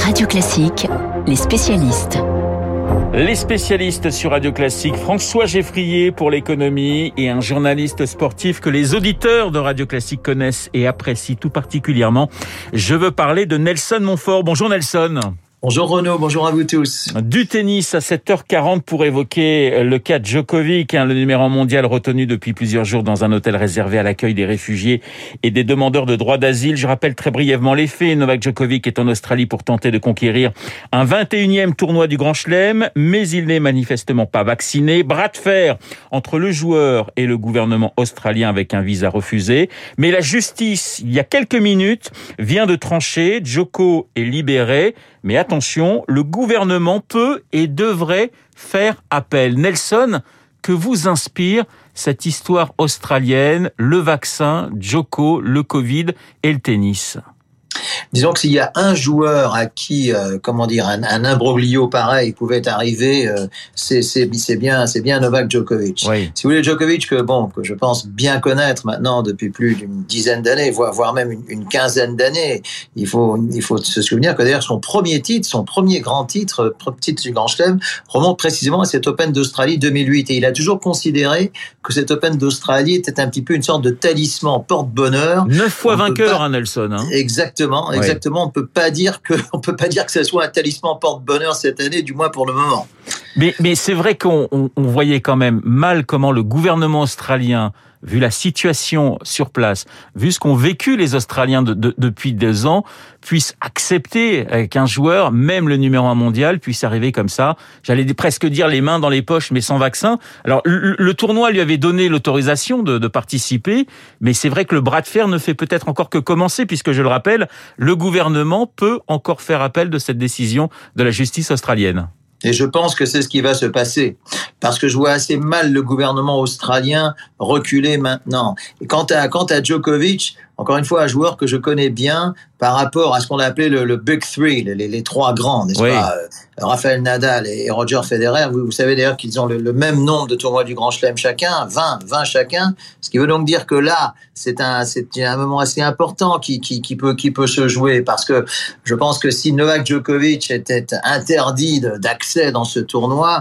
Radio Classique, les spécialistes. Les spécialistes sur Radio Classique, François Geffrier pour l'économie et un journaliste sportif que les auditeurs de Radio Classique connaissent et apprécient tout particulièrement. Je veux parler de Nelson Montfort. Bonjour Nelson. Bonjour Renaud, bonjour à vous tous. Du tennis à 7h40 pour évoquer le cas de Djokovic, le numéro 1 mondial retenu depuis plusieurs jours dans un hôtel réservé à l'accueil des réfugiés et des demandeurs de droit d'asile. Je rappelle très brièvement les faits. Novak Djokovic est en Australie pour tenter de conquérir un 21e tournoi du Grand Chelem, mais il n'est manifestement pas vacciné. Bras de fer entre le joueur et le gouvernement australien avec un visa refusé. Mais la justice, il y a quelques minutes, vient de trancher. Djoko est libéré. Mais attention, le gouvernement peut et devrait faire appel. Nelson, que vous inspire cette histoire australienne, le vaccin, Djoko, le Covid et le tennis ? Disons que s'il y a un joueur à qui, un imbroglio pareil pouvait arriver, c'est bien Novak Djokovic. Oui. Si vous voulez, Djokovic que je pense bien connaître maintenant depuis plus d'une dizaine d'années, voire même une quinzaine d'années. Il faut se souvenir que d'ailleurs son premier grand titre du Grand Chelem, remonte précisément à cet Open d'Australie 2008. Et il a toujours considéré que cet Open d'Australie était un petit peu une sorte de talisman porte-bonheur. 9 fois vainqueur, Nelson. Exactement. On peut pas dire que ça soit un talisman porte-bonheur cette année, du moins pour le moment. Mais c'est vrai qu'on voyait quand même mal comment le gouvernement australien, vu la situation sur place, vu ce qu'ont vécu les Australiens depuis 2 ans, puisse accepter qu'un joueur, même le numéro 1 mondial, puisse arriver comme ça. J'allais presque dire les mains dans les poches, mais sans vaccin. Alors, le tournoi lui avait donné l'autorisation de participer, mais c'est vrai que le bras de fer ne fait peut-être encore que commencer, puisque je le rappelle, le gouvernement peut encore faire appel de cette décision de la justice australienne. Et je pense que c'est ce qui va se passer. Parce que je vois assez mal le gouvernement australien reculer maintenant. Et quant à Djokovic, encore une fois, un joueur que je connais bien par rapport à ce qu'on a appelé le Big Three, les 3 grands, n'est-ce pas? Rafael Nadal et Roger Federer. Vous savez d'ailleurs qu'ils ont le même nombre de tournois du Grand Chelem chacun, 20 chacun. Ce qui veut donc dire que là, c'est un moment assez important qui peut se jouer, parce que je pense que si Novak Djokovic était interdit d'accès dans ce tournoi,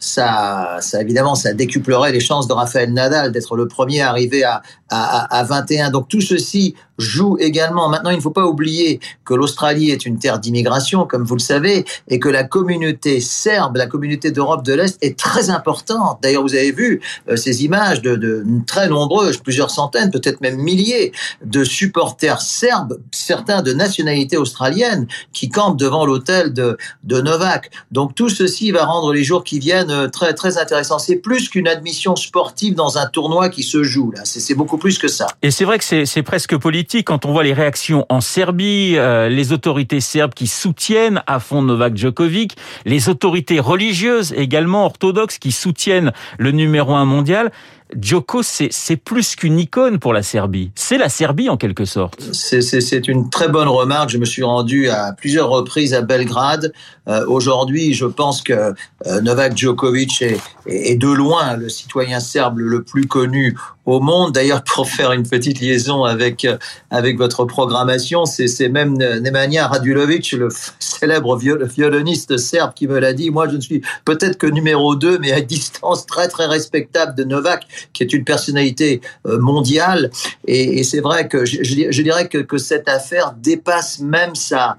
ça évidemment, ça décuplerait les chances de Rafael Nadal d'être le premier arrivé à 21. Donc tout ceci joue également. Maintenant, il ne faut pas oublier que l'Australie est une terre d'immigration, comme vous le savez, et que la communauté serbe, la communauté d'Europe de l'Est est très importante. D'ailleurs, vous avez vu ces images de très nombreux, plusieurs centaines, peut-être même milliers de supporters serbes, certains de nationalité australienne, qui campent devant l'hôtel de Novak. Donc tout ceci va rendre les jours qui viennent très, très intéressants. C'est plus qu'une admission sportive dans un tournoi qui se joue, là. C'est beaucoup plus que ça. Et c'est vrai que c'est presque politique quand on voit les réactions en Serbie, les autorités serbes qui soutiennent à fond Novak Djokovic, les autorités religieuses également orthodoxes qui soutiennent le numéro 1 mondial. Djoko, c'est plus qu'une icône pour la Serbie. C'est la Serbie en quelque sorte. C'est une très bonne remarque. Je me suis rendu à plusieurs reprises à Belgrade. Aujourd'hui, je pense que Novak Djokovic est de loin le citoyen serbe le plus connu au monde. D'ailleurs, pour faire une petite liaison avec votre programmation, c'est même Nemanja Radulovic, le célèbre violoniste serbe, qui me l'a dit. Moi, je ne suis peut-être que numéro 2, mais à distance très très respectable de Novak, qui est une personnalité mondiale. Et c'est vrai que je dirais que cette affaire dépasse même sa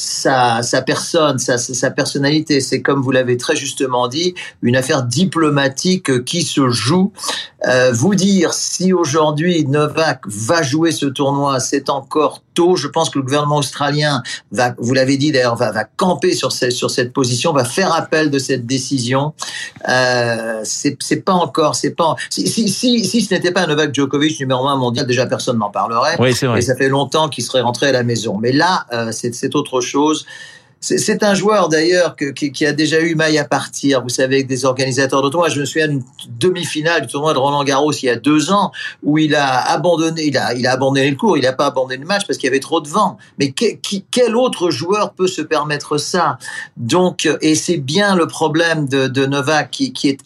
personne, sa personnalité. C'est, comme vous l'avez très justement dit, une affaire diplomatique qui se joue. Vous dire si aujourd'hui Novak va jouer ce tournoi, c'est encore tôt. Je pense que le gouvernement australien vous l'avez dit d'ailleurs, va camper sur cette position, va faire appel de cette décision. C'est pas encore, si ce n'était pas Novak Djokovic numéro 1 mondial, déjà personne n'en parlerait. Oui, c'est vrai. Et ça fait longtemps qu'il serait rentré à la maison. Mais là, c'est autre chose. C'est un joueur d'ailleurs qui a déjà eu maille à partir, vous savez, avec des organisateurs de tournois. Je me souviens d'une demi-finale du tournoi de Roland-Garros il y a 2 ans où il a abandonné le cours, il n'a pas abandonné le match parce qu'il y avait trop de vent. Mais quel autre joueur peut se permettre ça? Donc, et c'est bien le problème de Novak qui est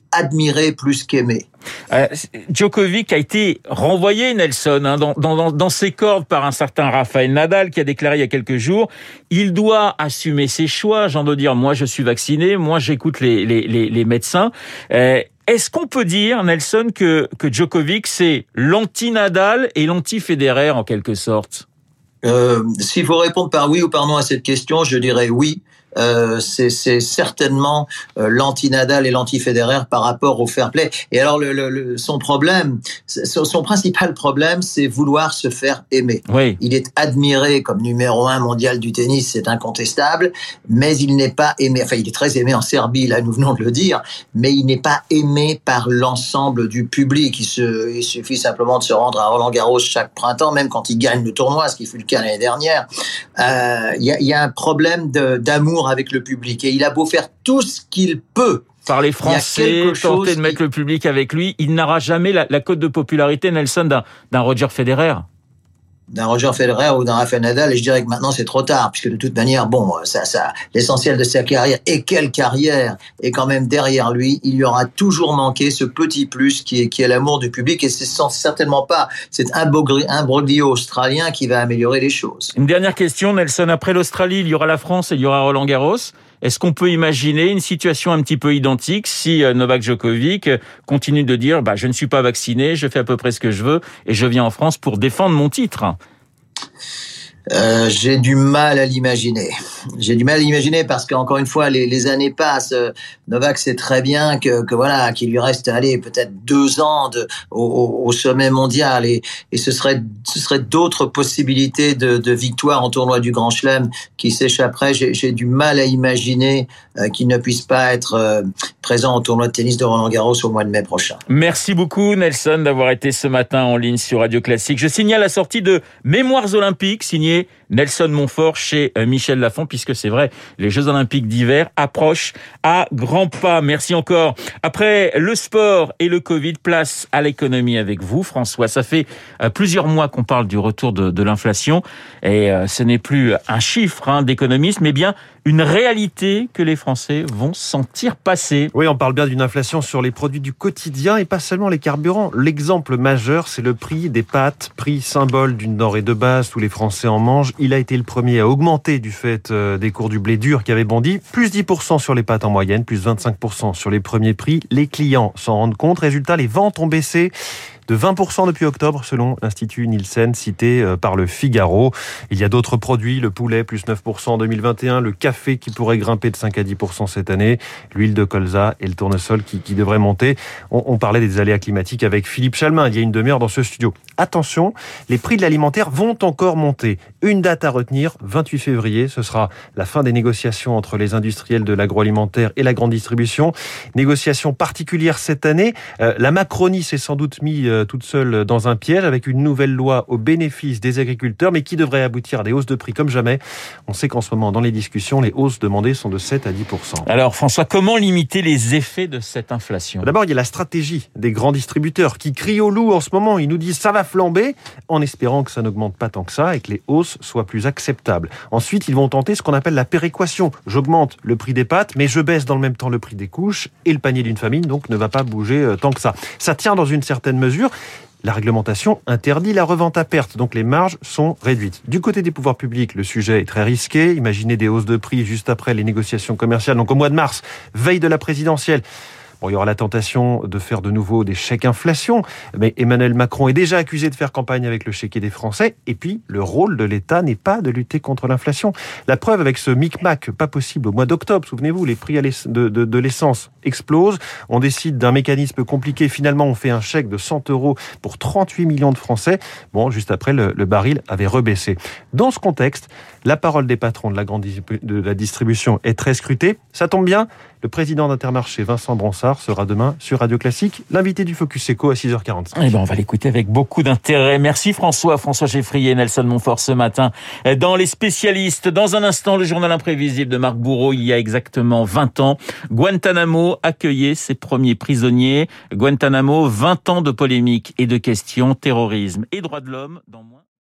admiré plus qu'aimé. Djokovic a été renvoyé, Nelson, dans ses cordes par un certain Rafael Nadal qui a déclaré il y a quelques jours, il doit assumer ses choix, genre de dire moi je suis vacciné, moi j'écoute les médecins. Est-ce qu'on peut dire, Nelson, que Djokovic c'est l'anti-Nadal et l'anti-Federer en quelque sorte? S'il faut répondre par oui ou par non à cette question, je dirais oui. C'est certainement l'anti-Nadal et l'anti-Federer par rapport au fair play. Et alors son principal problème, c'est vouloir se faire aimer. Oui. Il est admiré comme numéro 1 mondial du tennis, c'est incontestable, mais il n'est pas aimé. Enfin, il est très aimé en Serbie, là nous venons de le dire, mais il n'est pas aimé par l'ensemble du public. Il suffit simplement de se rendre à Roland-Garros chaque printemps, même quand il gagne le tournoi, ce qui fut le cas l'année dernière. Il y a un problème d'amour avec le public et il a beau faire tout ce qu'il peut parler français, tenter de mettre le public avec lui, il n'aura jamais la cote de popularité, Nelson, d'un Roger Federer. D'un Roger Federer ou d'un Rafael Nadal, et je dirais que maintenant c'est trop tard, puisque de toute manière, l'essentiel de sa carrière, et quelle carrière, est quand même derrière lui. Il lui aura toujours manqué ce petit plus qui est l'amour du public, et c'est certainement pas cet imbroglio australien qui va améliorer les choses. Une dernière question, Nelson. Après l'Australie, il y aura la France et il y aura Roland-Garros. Est-ce qu'on peut imaginer une situation un petit peu identique si Novak Djokovic continue de dire je ne suis pas vacciné, je fais à peu près ce que je veux et je viens en France pour défendre mon titre? J'ai du mal à l'imaginer. J'ai du mal à l'imaginer parce qu'encore une fois, les années passent. Novak sait très bien qu'il lui reste peut-être 2 ans au sommet mondial et ce serait d'autres possibilités de victoire en tournoi du Grand Chelem qui s'échapperaient. J'ai du mal à imaginer qu'il ne puisse pas être présent au tournoi de tennis de Roland-Garros au mois de mai prochain. Merci beaucoup, Nelson, d'avoir été ce matin en ligne sur Radio Classique. Je signale la sortie de Mémoires olympiques signée Nelson Montfort chez Michel Lafon, puisque c'est vrai, les Jeux olympiques d'hiver approchent à grands pas. Merci encore. Après le sport et le Covid, place à l'économie avec vous, François. Ça fait plusieurs mois qu'on parle du retour de l'inflation et ce n'est plus un chiffre d'économiste, mais bien une réalité que les Français vont sentir passer. Oui, on parle bien d'une inflation sur les produits du quotidien et pas seulement les carburants. L'exemple majeur, c'est le prix des pâtes, prix symbole d'une denrée de base, tous les Français en mangent. Il a été le premier à augmenter du fait des cours du blé dur qui avait bondi, plus 10% sur les pâtes en moyenne, plus 25% sur les premiers prix. Les clients s'en rendent compte. Résultat, les ventes ont baissé de 20% depuis octobre, selon l'Institut Nielsen, cité par le Figaro. Il y a d'autres produits, le poulet, plus 9% en 2021, le café qui pourrait grimper de 5 à 10% cette année, l'huile de colza et le tournesol qui devrait monter. On parlait des aléas climatiques avec Philippe Chalmin il y a une demi-heure dans ce studio. Attention, les prix de l'alimentaire vont encore monter. Une date à retenir, 28 février, ce sera la fin des négociations entre les industriels de l'agroalimentaire et la grande distribution. Négociations particulières cette année. La Macronie s'est sans doute mis toute seule dans un piège avec une nouvelle loi au bénéfice des agriculteurs, mais qui devrait aboutir à des hausses de prix comme jamais. On sait qu'en ce moment, dans les discussions, les hausses demandées sont de 7 à 10%. Alors François, comment limiter les effets de cette inflation ? D'abord, il y a la stratégie des grands distributeurs qui crient au loup en ce moment. Ils nous disent ça va flamber, en espérant que ça n'augmente pas tant que ça et que les hausses soient plus acceptables. Ensuite, ils vont tenter ce qu'on appelle la péréquation. J'augmente le prix des pâtes, mais je baisse dans le même temps le prix des couches et le panier d'une famille, donc ne va pas bouger tant que ça. Ça tient dans une certaine mesure. La réglementation interdit la revente à perte, donc les marges sont réduites. Du côté des pouvoirs publics, le sujet est très risqué. Imaginez des hausses de prix juste après les négociations commerciales, donc au mois de mars, veille de la présidentielle. Bon, il y aura la tentation de faire de nouveau des chèques inflation, mais Emmanuel Macron est déjà accusé de faire campagne avec le chéquier des Français. Et puis, le rôle de l'État n'est pas de lutter contre l'inflation. La preuve avec ce micmac, pas possible au mois d'octobre, souvenez-vous, les prix de l'essence explosent. On décide d'un mécanisme compliqué. Finalement, on fait un chèque de 100 € pour 38 millions de Français. Bon, juste après, le baril avait rebaissé. Dans ce contexte, la parole des patrons de la distribution est très scrutée. Ça tombe bien, le président d'Intermarché, Vincent Bronsard, sera demain sur Radio Classique, l'invité du Focus Eco à 6h45. Eh ben, on va l'écouter avec beaucoup d'intérêt. Merci François Geffrier, Nelson Montfort ce matin. Dans les spécialistes, dans un instant, le journal imprévisible de Marc Bourreau, il y a exactement 20 ans. Guantanamo accueillait ses premiers prisonniers. Guantanamo, 20 ans de polémiques et de questions, terrorisme et droits de l'homme dans moins